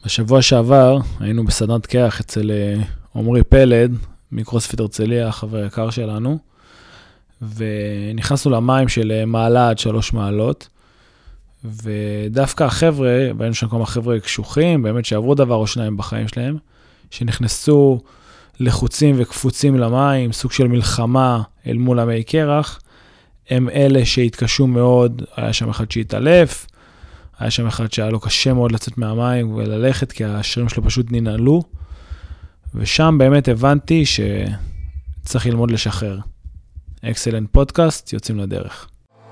בשבוע שעבר היינו בסדנת קרח אצל עומרי פלד, מקרוספיט הרצליה, חבר יקר שלנו, ונכנסנו למים של מעלה עד 3 מעלות, ודווקא החבר'ה, והיינו שם כמה חבר'ה קשוחים, באמת שעברו דבר או שניים בחיים שלהם, שנכנסו לחוצים וקפוצים למים, סוג של מלחמה אל מול המי קרח, הם אלה שהתקשו מאוד, היה שם אחד שהתעלף, היה שם אחד שהיה לו קשה מאוד לצאת מהמים וללכת, כי השרירים שלו פשוט ננעלו, ושם באמת הבנתי שצריך ללמוד לשחרר. אקסלנט פודקאסט, יוצאים לדרך.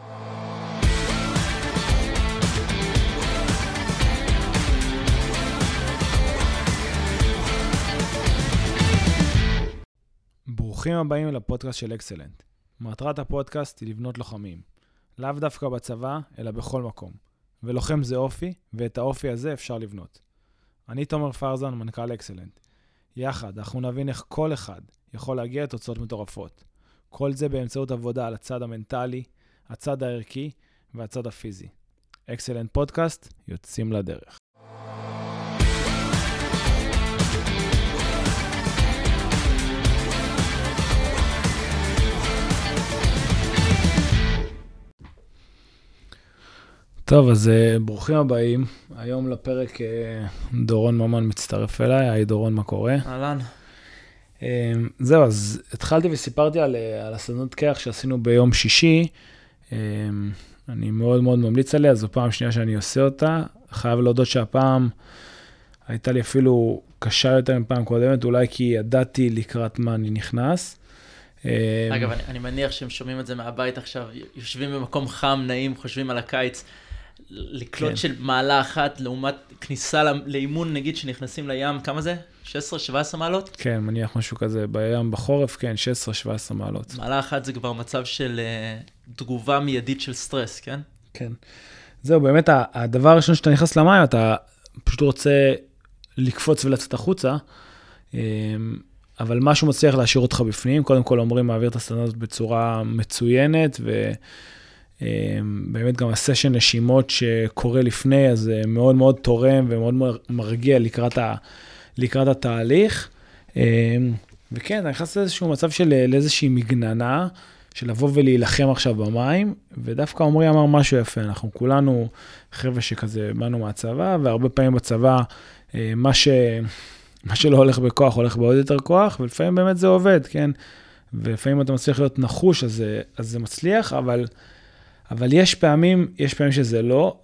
ברוכים הבאים לפודקאסט של אקסלנט. מטרת הפודקאסט היא לבנות לוחמים. לאו דווקא בצבא, אלא בכל מקום. ולוחם זה אופי, ואת האופי הזה אפשר לבנות. אני תומר פרזן, מנכ"ל אקסלנט. יחד, אנחנו נבין איך כל אחד יכול להגיע לתוצאות מטורפות. כל זה באמצעות עבודה על הצד המנטלי, הצד הערכי והצד הפיזי. אקסלנט פודקאסט, יוצאים לדרך. טוב, אז ברוכים הבאים. היום לפרק דורון ממן מצטרף אליי. היי דורון, מה קורה? אהלן. זהו, אז התחלתי וסיפרתי על הסדנת קרח שעשינו ביום שישי. אני מאוד מאוד ממליץ עליה, זו פעם שנייה שאני עושה אותה. חייב להודות שהפעם הייתה לי אפילו קשה יותר מפעם קודמת, אולי כי ידעתי לקראת מה אני נכנס. אגב, אני מניח שהם שומעים את זה מהבית עכשיו, יושבים במקום חם, נעים, חושבים על הקיץ, לקלוט של מעלה אחת, לעומת כניסה לאימון, נגיד שנכנסים לים, כמה זה? 16-17 מעלות? כן, מניח משהו כזה, בים בחורף, כן, 16-17 מעלות. מעלה אחת זה כבר מצב של תגובה מיידית של סטרס, כן? כן. זהו, באמת, הדבר הראשון שאתה נכנס למים, אתה פשוט רוצה לקפוץ ולצאת החוצה, אבל משהו מצליח להשאיר אותך בפנים. קודם כל אומרים, מעביר את הסדנה הזאת בצורה מצוינת, ובאמת גם הסשן נשימות שקורה לפני, אז זה מאוד מאוד תורם ומאוד מרגיע לקראת התהליך. וכן, אני נכנס לאיזשהו מצב של איזושהי מגננה, של לבוא ולהילחם עכשיו במים, ודווקא עומרי אמר משהו יפה, אנחנו כולנו חבר'ה שכזה באנו מהצבא, והרבה פעמים בצבא, מה שלא הולך בכוח, הולך בעוד יותר כוח, ולפעמים באמת זה עובד, כן? ולפעמים אתה מצליח להיות נחוש, אז זה מצליח, אבל יש פעמים שזה לא,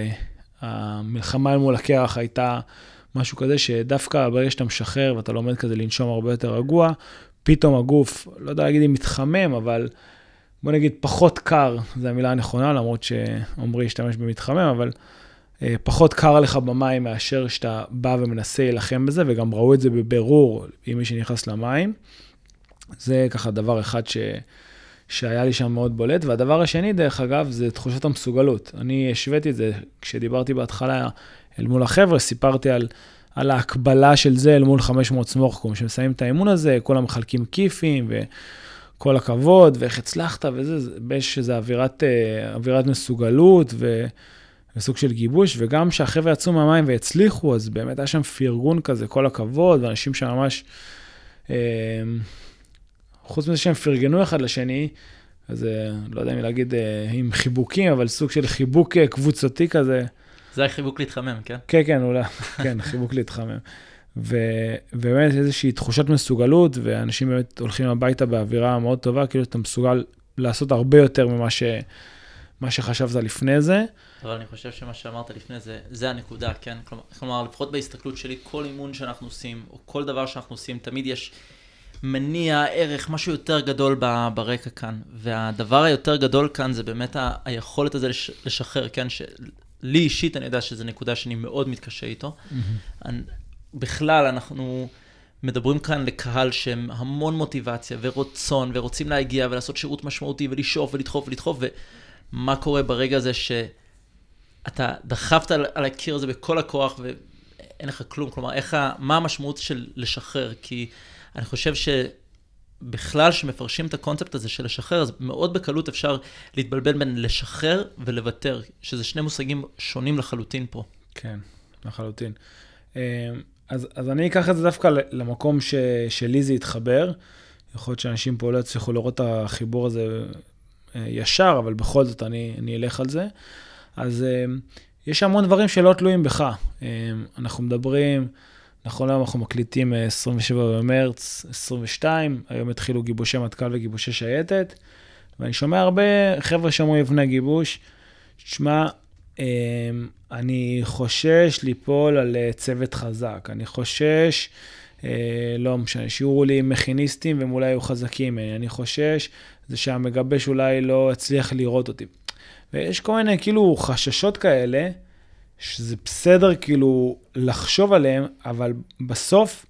והמלחמה מול הקרח הייתה משהו כזה, שדווקא ברגע שאתה משחרר, ואתה לומד כזה לנשום הרבה יותר רגוע, פתאום הגוף, לא יודע להגיד אם מתחמם, אבל בוא נגיד פחות קר, זו המילה הנכונה, למרות שעומרי ישתמש במתחמם, אבל פחות קר לך במים מאשר שאתה בא ומנסה להילחם בזה, וגם ראו את זה בבירור עם מי שנכנס למים. זה ככה דבר אחד שהיה לי שם מאוד בולט, והדבר השני, דרך אגב, זה תחושת המסוגלות. אני השוויתי את זה, כשדיברתי בהתחלה אל מול החבר'ה, סיפרתי על ההקבלה של זה אל מול 500 סמורקום, שמסיים את האימון הזה, כולם מחלקים כיפים, וכל הכבוד, ואיך הצלחת, וזה, שזה אווירת מסוגלות, וסוג של גיבוש, וגם שהחבר'ה יצאו מהמים והצליחו, אז באמת היה שם פרגון כזה, כל הכבוד, ואנשים שממש, חוץ מזה שהם פרגנו אחד לשני, אז לא יודע אם להגיד עם חיבוקים, אבל סוג של חיבוק קבוצתי כזה. זה היה חיבוק להתחמם, כן? כן, כן, אולי, כן, חיבוק להתחמם. ובאמת איזושהי תחושת מסוגלות, ואנשים באמת הולכים הביתה באווירה מאוד טובה, כאילו אתה מסוגל לעשות הרבה יותר מה שחשבת לפני זה. אבל אני חושב שמה שאמרת לפני זה הנקודה, כן? כלומר, לפחות בהסתכלות שלי, כל אימון שאנחנו עושים, או כל דבר שאנחנו עושים, תמיד יש מניע, ערך, משהו יותר גדול ברקע כאן. והדבר היותר גדול כאן זה באמת היכולת הזה לשחרר, כן? לי אישית אני יודע שזו נקודה שאני מאוד מתקשה איתו. בכלל אנחנו מדברים כאן לקהל שהם המון מוטיבציה ורצון, ורוצים להגיע ולעשות שירות משמעותי ולשאוף ולדחוף ולדחוף, ומה קורה ברגע הזה שאתה דחפת על הקיר הזה בכל הכוח ואין לך כלום, כלומר מה המשמעות של לשחרר? כי אני חושב בכלל שמפרשים את הקונספט הזה של לשחרר, אז מאוד בקלות אפשר להתבלבל בין לשחרר ולוותר, שזה שני מושגים שונים לחלוטין פה. כן, לחלוטין. אז אני אקח את זה דווקא למקום שלי זה יתחבר. יכול להיות שאנשים פה לא יצליחו לראות את החיבור הזה ישר, אבל בכל זאת אני אלך על זה. אז יש המון דברים שלא תלויים בך. אנחנו מדברים, נכון היום אנחנו מקליטים 27 במרץ 22, היום התחילו גיבושי מטכ"ל וגיבושי שייטת, ואני שומע הרבה חבר'ה שאומרים יבנה גיבוש, תשמע, אני חושש ליפול על צוות חזק, אני חושש, לא משנה, שיעורו לי מכיניסטים והם אולי היו חזקים, אני חושש זה שהמגבש אולי לא הצליח לראות אותי. ויש כל מיני כאילו חששות כאלה, שזה בסדר כאילו לחשוב עליהם, אבל בסוף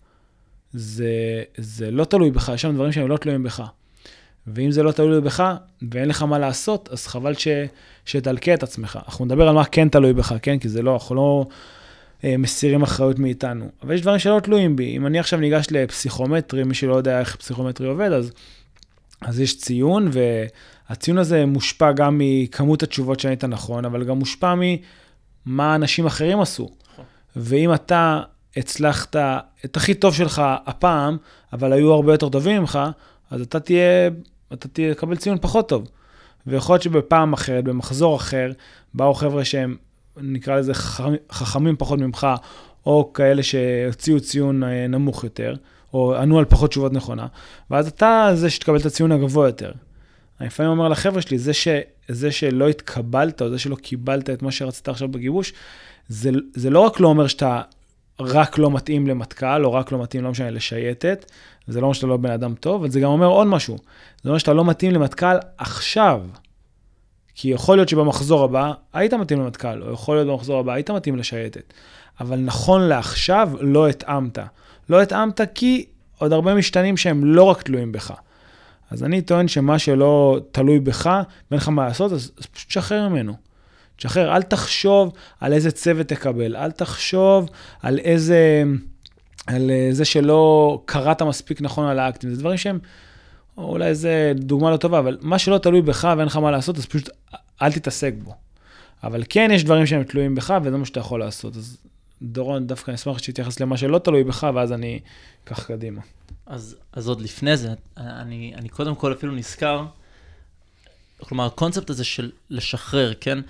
זה לא תלוי בך, יש שם דברים שהם לא תלויים בך. ואם זה לא תלוי בך, ואין לך מה לעשות, אז חבל שתלקה את עצמך. אנחנו נדבר על מה כן תלוי בך, כן? כי זה לא, אנחנו לא מסירים אחריות מאיתנו. אבל יש דברים שלא תלויים בי. אם אני עכשיו ניגש לפסיכומטרי, מי שלא יודע איך פסיכומטרי עובד, אז יש ציון, והציון הזה מושפע גם מכמות התשובות שענית נכון, אבל גם מושפע ממה אנשים אחרים עשו. ואם אתה הצלחת את הכי טוב שלך הפעם, אבל היו הרבה יותר טובים ממך, אז אתה תקבל ציון פחות טוב. ויכול להיות שבפעם אחרת, במחזור אחר, באו חבר'ה שהם, נקרא לזה, חכמים פחות ממך, או כאלה שהוציאו ציון נמוך יותר, או ענו על פחות תשובות נכונה, ואז אתה זה שתקבל את הציון הגבוה יותר. אני לפעמים אומר לחבר'ה שלי, זה שלא התקבלת, או זה שלא קיבלת את מה שרצית עכשיו בגיבוש, זה לא רק לא אומר שאתה רק לא מתאים למטכ"ל, או רק לא מתאים, לא משנה, לשייטת, זה לא אומר שאתה לא בן אדם טוב, אבל זה גם אומר עוד משהו. זה אומר שאתה לא מתאים למטכ"ל עכשיו, כי יכול להיות שבמחזור הבא היית מתאים למטכ"ל, או יכול להיות במחזור הבא היית מתאים לשייטת, אבל נכון לעכשיו לא התאמת. לא התאמת כי עוד הרבה משתנים שהם לא רק תלויים בך. אז אני טוען שמה שלא תלוי בך, ואין לך מה לעשות, אז פשוט תשחרר ממנו. תשחרר, אל תחשוב על איזה צוות תקבל, אל תחשוב על זה שלא קראת מספיק נכון על האקטים. זה דברים שהם, אולי זה דוגמה לא טובה, אבל מה שלא תלוי בך ואין לך מה לעשות, אז פשוט אל תתעסק בו. אבל כן יש דברים שהם תלויים בך, וזה מה שאתה יכול לעשות. אז דורון, דווקא נשמח שתתייחס למה שלא תלוי בך, ואז אני אקח קדימה. אז עוד לפני זה, אני קודם כל אפילו נזכר, כלומר, הקונספט הזה של לשחרר, כן?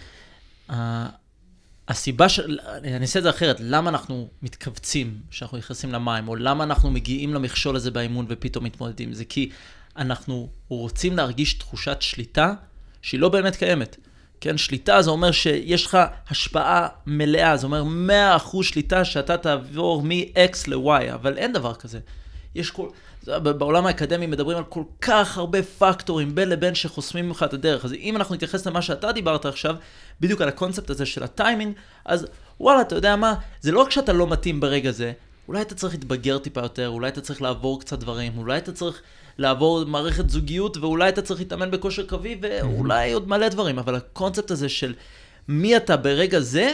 הסיבה אני אעשה את זה אחרת, למה אנחנו מתכווצים שאנחנו נכנסים למים, או למה אנחנו מגיעים למכשול הזה באימון ופתאום מתמודדים, זה כי אנחנו רוצים להרגיש תחושת שליטה שהיא לא באמת קיימת. כן, שליטה זה אומר שיש לך השפעה מלאה, זה אומר 100% שליטה שאתה תעבור מ-X ל-Y, אבל אין דבר כזה. יש בעולם האקדמי מדברים על כל כך הרבה פקטורים בין לבין שחוסמים ממך את הדרך. אז אם אנחנו נתייחס למה שאתה דיברת עכשיו, בדיוק על הקונספט הזה של הטיימינג, אז וואלה, אתה יודע מה? זה לא רק שאתה לא מתאים ברגע זה, אולי אתה צריך להתבגר טיפה יותר, אולי אתה צריך לעבור קצת דברים, אולי אתה צריך לעבור מערכת זוגיות, ואולי אתה צריך להתאמן בכושר קווי, ואולי עוד מלא דברים. אבל הקונספט הזה של מי אתה ברגע זה,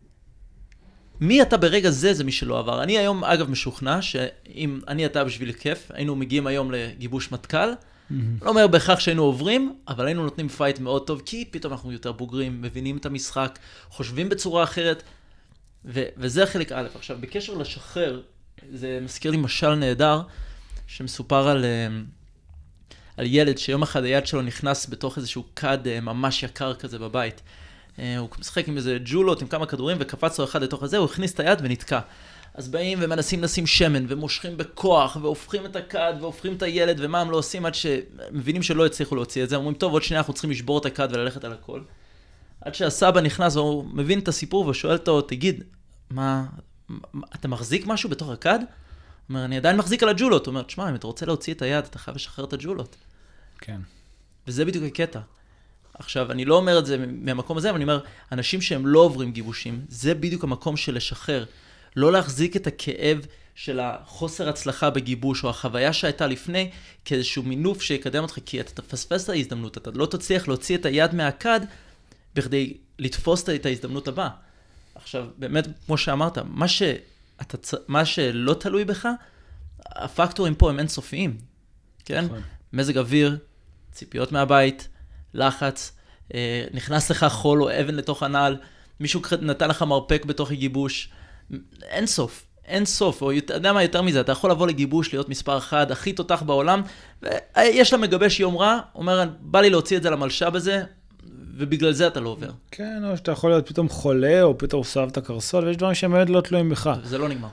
זה מי שלא עבר. אני היום, אגב, משוכנע שאם אני אתה בשביל כיף, היינו מגיעים היום לגיבוש מטכ"ל, לא אומר בהכרח שהיינו עוברים, אבל היינו נותנים פייט מאוד טוב, כי פתאום אנחנו יותר בוגרים, מבינים את המשחק, חושבים בצורה אחרת, וזה חלק א'. עכשיו, בקשר לשחרר, זה מזכיר לי משל נהדר, שמסופר על ילד שיום אחד היד שלו נכנס בתוך איזשהו קד ממש יקר כזה בבית. הוא משחק עם איזה ג'ולות, עם כמה כדורים, וקפץ לו אחד לתוך הזה, הוא הכניס את היד ונתקע. אז באים ומנסים לשים שמן, ומושכים בכוח, והופכים את הקד, והופכים את הילד, ומה הם לא עושים עד שמבינים שלא הצליחו להוציא את זה. אומרים, טוב, עוד שנייה אנחנו צריכים לשבור את הקד וללכת על הכל. עד שהסבא נכנס, והוא מבין את הסיפור, ושואל אותו, תגיד, אתה מחזיק משהו בתוך הקד? הוא אומר, אני עדיין מחזיק על הג'ולות. הוא אומר, תשמע, אם אתה רוצה להוציא את היד, אתה חייב לשחרר את הג'ולות. כן. וזה בדיוק הקטע. עכשיו, אני לא אומר את זה מהמקום הזה, אבל אני אומר, אנשים שהם לא עוברים גיבושים, זה בדיוק המקום של לשחרר. לא להחזיק את הכאב של החוסר הצלחה בגיבוש, או החוויה שהייתה לפני, כאיזשהו מינוף שיקדם אותך, כי אתה תפספס את ההזדמנות, אתה לא תצליח להוציא את היד מהקד, בכדי לתפוס את ההזדמנות הבאה. עכשיו, באמת, כמו שאמרת, מה שלא תלוי בך, הפקטורים פה הם אינסופיים, כן? מזג אוויר, ציפיות מהבית, לחץ, נכנס לך חול או אבן לתוך הנעל, מישהו נתן לך מרפק בתוך הגיבוש, אין סוף, או אתה יודע מה יותר מזה, אתה יכול לבוא לגיבוש, להיות מספר אחד, הכי תותח בעולם, ויש לה מגבש יום רע, אומר, בא לי להוציא את זה למלשב הזה, ובגלל זה אתה לא עובר. כן, או שאתה יכול להיות פתאום חולה, או פתאום סובב את הקרסול, ויש דברים שהם מאוד לא תלויים בך. זה לא נגמר.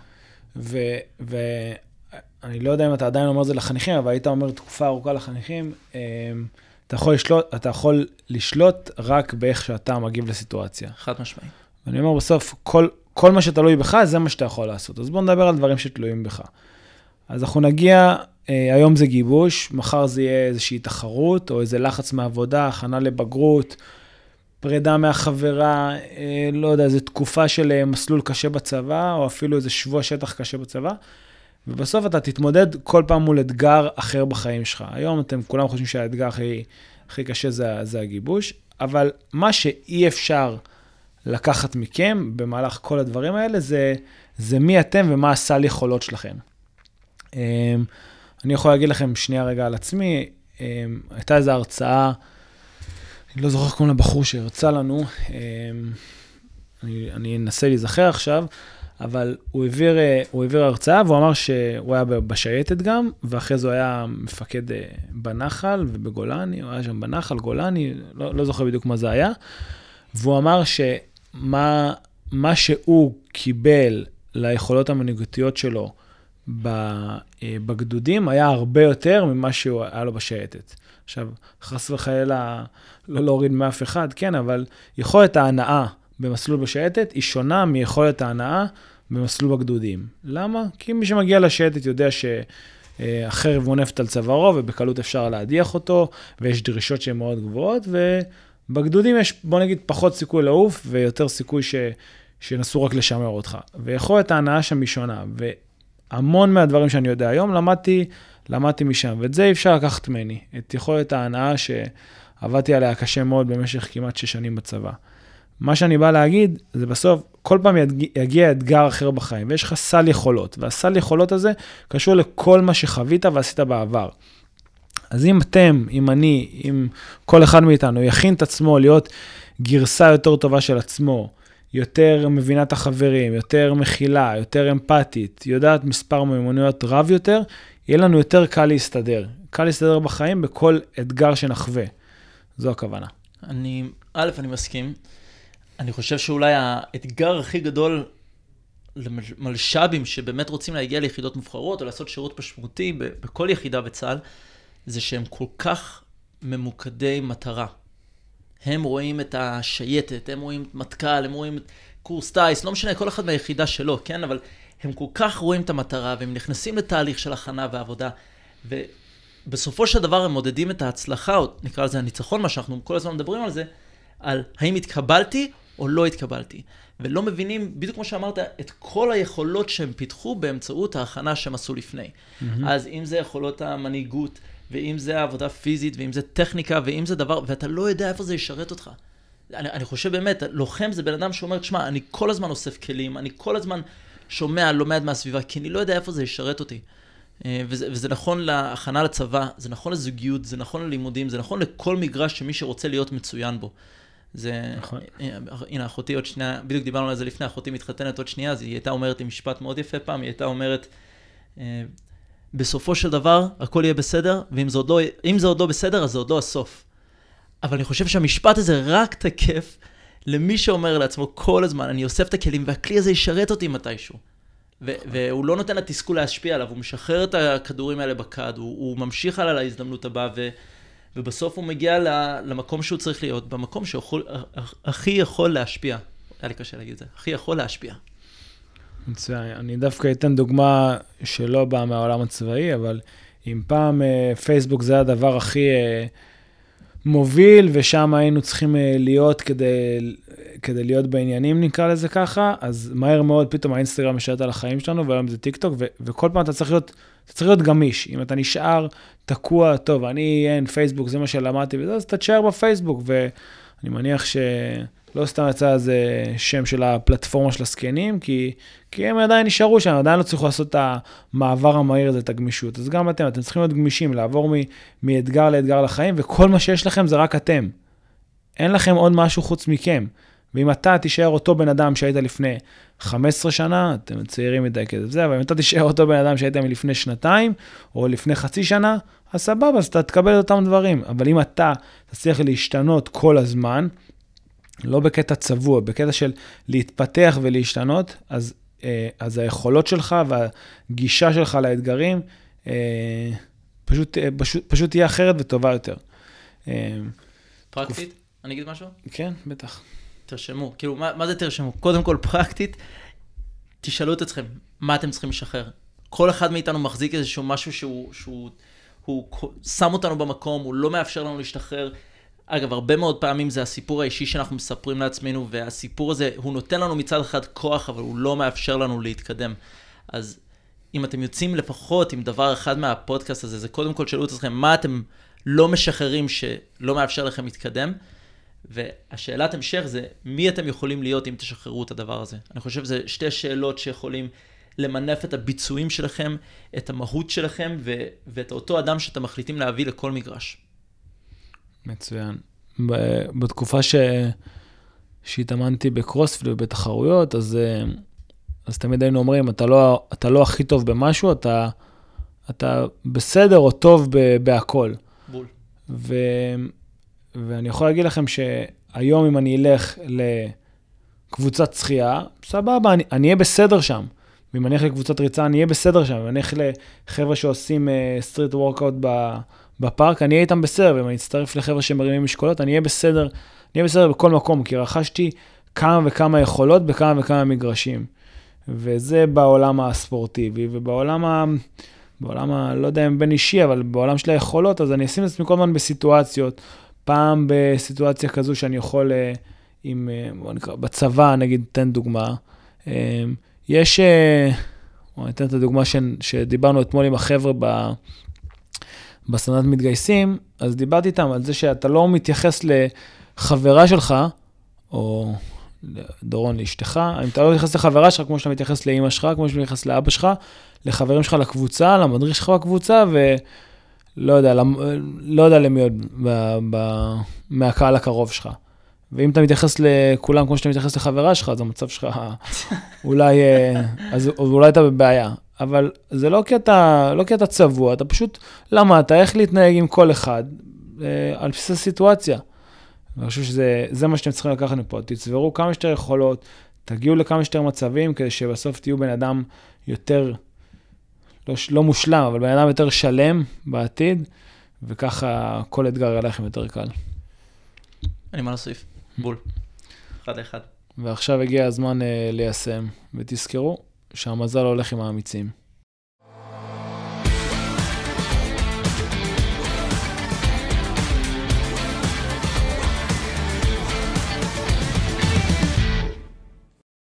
ואני לא יודע אם אתה עדיין אומר את זה לחניכים, אבל היית אומר תקופה ארוכה לחניכים, אתה יכול לשלוט רק באיך שאתה מגיב לסיטואציה. חד משמעי. ואני אומר בסוף, כל מה שתלוי בך, זה מה שאתה יכול לעשות. אז בואו נדבר על דברים שתלויים בך. אז אנחנו נגיע, היום זה גיבוש, מחר זה יהיה איזושהי תחרות, או איזה לחץ מעבודה, הכנה לבגרות, פרידה מהחברה, לא יודע, איזו תקופה של מסלול קשה בצבא, או אפילו איזה שבוע שטח קשה בצבא, ובסוף אתה תתמודד כל פעם מול אתגר אחר בחיים שלך. היום אתם כולם חושבים שהאתגר הכי קשה זה הגיבוש, אבל מה שאי אפשר לקחת מכם במהלך כל הדברים האלה, זה מי אתם ומה הסל יכולות שלכם. אני יכול להגיד לכם שנייה רגע על עצמי, הייתה איזו הרצאה, אני לא זוכר כמו לבחור שהרצה לנו, אני אנסה להיזכר עכשיו, אבל הוא העביר הרצאה, והוא אמר שהוא היה בשייטת גם, ואחרי זה הוא היה מפקד בנחל ובגולני, הוא היה שם בנחל, גולני, לא זוכר בדיוק מה זה היה, והוא אמר מה שהוא קיבל ליכולות המנהיגותיות שלו בגדודים, היה הרבה יותר ממה שהוא היה לו בשייטת. עכשיו, חס וחלילה לא להוריד מאף אחד, כן, אבל יכולת ההנאה במסלול בשייטת היא שונה מיכולת ההנאה במסלול בגדודים. למה? כי מי שמגיע לשייטת יודע שהחרב מונפת על צווארו, ובקלות אפשר להדיח אותו, ויש דרישות שהן מאוד גבוהות, ובגדודים יש, בוא נגיד, פחות סיכוי לעוף, ויותר סיכוי שנסו רק לשמר אותך. ויכולת ההנאה שם היא שונה, והמון מהדברים שאני יודע היום, למדתי משם, ואת זה אי אפשר לקחת ממני, את יכולת ההנאה שעבדתי עליה קשה מאוד במשך כמעט 6 שנים בצבא. מה שאני בא להגיד, זה בסוף, כל פעם יגיע אתגר אחר בחיים, ויש לך סל יכולות, והסל יכולות הזה קשור לכל מה שחווית ועשית בעבר. אז אם אתם, אם אני, אם כל אחד מאיתנו יכין את עצמו להיות גרסה יותר טובה של עצמו, יותר מבינה את החברים, יותר מכילה, יותר אמפתית, יודעת מספר מיומנויות רב יותר, יהיה לנו יותר קל להסתדר בחיים בכל אתגר שנחווה. זו הכוונה. אני מסכים. אני חושב שאולי האתגר הכי גדול למלש"בים שבאמת רוצים להגיע ליחידות מובחרות או לעשות שירות משמעותי בכל יחידה בצה"ל, זה שהם כל כך ממוקדי מטרה. הם רואים את השייטת, הם רואים את מטכ"ל, הם רואים את קורס טייס, לא משנה, כל אחד מהיחידה שלו, כן? אבל הם כל כך רואים את המטרה, והם נכנסים לתהליך של הכנה ועבודה, ובסופו של דבר הם מודדים את ההצלחה, או נקרא לזה הניצחון, מה שאנחנו כל הזמן מדברים על זה, על האם התקבלתי או לא התקבלתי. ולא מבינים, בדיוק כמו שאמרת, את כל היכולות שהם פיתחו באמצעות ההכנה שהם עשו לפני. אז אם זה יכולות המנהיגות, ואם זה העבודה פיזית, ואם זה טכניקה, ואם זה דבר, ואתה לא יודע איפה זה ישרת אותך. אני חושב באמת, לוחם זה בן אדם שאומר, תשמע, אני כל הזמן אוסף כלים, אני כל הזמן שומע, לומד מהסביבה, כי אני לא יודע איפה זה ישרת אותי. וזה נכון להכנה לצבא, זה נכון לזוגיות, זה נכון ללימודים, זה נכון לכל מגרש שמי שרוצה להיות מצוין בו. זה, נכון. הנה, אחותי עוד שנייה, בדיוק דיברנו על זה לפני, אחותי מתחתנת עוד שנייה, אז היא הייתה אומרת עם משפט מאוד יפה פעם, היא הייתה אומרת, בסופו של דבר, הכל יהיה בסדר, ואם זה עוד לא בסדר, אז זה עוד לא הסוף. אבל אני חושב שהמשפט הזה רק תקף למי שאומר לעצמו כל הזמן, אני אוסף את הכלים, והכלי הזה ישרת אותי מתישהו. והוא לא נותן לתסכול להשפיע עליו, הוא משחרר את הכדורים האלה בקד, הוא ממשיך הלאה להזדמנות הבאה, ובסוף הוא מגיע למקום שהוא צריך להיות, במקום שהכי יכול להשפיע. היה לי קשה להגיד את זה, הכי יכול להשפיע. אני דווקא אתן דוגמה שלא באה מהעולם הצבאי, אבל אם פעם פייסבוק זה הדבר הכי מוביל, ושם היינו צריכים להיות כדי להיות בעניינים, נקרא לזה ככה, אז מהר מאוד פתאום האינסטגרם משרת על החיים שלנו, והיום זה טיק טוק, וכל פעם אתה צריך להיות גמיש. אם אתה נשאר תקוע, טוב, אין פייסבוק, זה מה שלמדתי, אז אתה תשאר בפייסבוק, ואני מניח שלא סתם יצא איזה שם של הפלטפורמה של הסקנים, כי הם עדיין נשארו שם, עדיין לא צריכו לעשות את המעבר המהיר הזה, את הגמישות. אז גם אתם צריכים להיות גמישים, לעבור מאתגר לאתגר לחיים, וכל מה שיש לכם זה רק אתם. אין לכם עוד משהו חוץ מכם. ואם אתה תישאר אותו בן אדם שהיית לפני 15 שנה, אתם צעירים מדי כזה וזה, אבל אם אתה תישאר אותו בן אדם שהיית מלפני שנתיים, או לפני חצי שנה, אז סבבה, אז אתה תקבל את אותם דברים. אבל אם אתה תצליח להשתנות כל הזמן, לא בקטע צבוע, בקטע של להתפתח ולהשתנות, אז היכולות שלך והגישה שלך לאתגרים, פשוט תהיה אחרת וטובה יותר. פרקטית? אני אגיד משהו? כן, בטח. תרשמו, כאילו, מה זה תרשמו? קודם כל, פרקטית, תשאלו את אתכם, מה אתם צריכים לשחרר? כל אחד מאיתנו מחזיק איזשהו משהו שהוא שם אותנו במקום, הוא לא מאפשר לנו להשתחרר. אגב, הרבה מאוד פעמים זה הסיפור האישי שאנחנו מספרים לעצמנו, והסיפור הזה, הוא נותן לנו מצד אחד כוח, אבל הוא לא מאפשר לנו להתקדם. אז אם אתם יוצאים לפחות עם דבר אחד מהפודקאסט הזה, זה קודם כל שאלו את אתכם, מה אתם לא משחררים שלא מאפשר לכם להתקדם? והשאלת המשך זה, מי אתם יכולים להיות אם תשחררו את הדבר הזה? אני חושב שזה שתי שאלות שיכולים למנף את הביצועים שלכם, את המהות שלכם, ואת אותו אדם שאתם מחליטים להביא לכל מגרש. מצוין. בתקופה שהתאמנתי בקרוספיט ובתחרויות, אז תמיד היינו אומרים, אתה לא הכי טוב במשהו, אתה בסדר או טוב בהכל. בול. ואני יכול להגיד לכם שהיום אם אני אלך לקבוצת שחייה, סבבה, אני אהיה בסדר שם. ואם אני אלך לקבוצת ריצה, אני אהיה בסדר שם. ואני אלך לחבר'ה שעושים סטריט וורקאוט בפארק, אני אהיה איתם בסדר. ואם אני אצטרף לחבר'ה שמרימים משקולות, אני אהיה בסדר בכל מקום, כי רכשתי כמה וכמה יכולות בכמה וכמה מגרשים. וזה בעולם הספורטיבי, ובעולם לא יודע אם בין אישי, אבל בעולם של היכולות, אז אני אשים את עצמי כל הזמן בסיטואציות, פעם בסיטואציה כזו שאני יכול, בצבא, נגיד, תן דוגמה, יש, אני אתן את הדוגמה שדיברנו אתמול עם החבר'ה בסדנת מתגייסים, אז דיברתי איתם על זה שאתה לא מתייחס לחברה שלך, או דורון לאשתך, אם אתה לא מתייחס לחברה שלך, כמו שאתה מתייחס לאמא שלך, כמו שאתה מתייחס לאבא שלך, לחברים שלך לקבוצה, למדריך שלך בקבוצה, ולא יודע למי עוד מהקהל הקרוב שלך. ואם אתה מתייחס לכולם כמו שאתה מתייחס לחברה שלך, אז המצב שלך אולי אתה בבעיה. אבל זה לא כי אתה צבוע, אתה פשוט למדת איך להתנהג עם כל אחד על בסיס הסיטואציה. ואני חושב שזה מה שאתם צריכים לקחת מפה. תצברו כמה שיותר יכולות, תגיעו לכמה שיותר מצבים, כדי שבסוף תהיו בן אדם יותר, לא מושלם, אבל בן אדם יותר שלם בעתיד, וככה כל אתגר ילכם יותר קל. אני מה להוסיף? בול. 1-1. ועכשיו הגיע הזמן ליישם, ותזכרו שהמזל הולך עם האמיצים.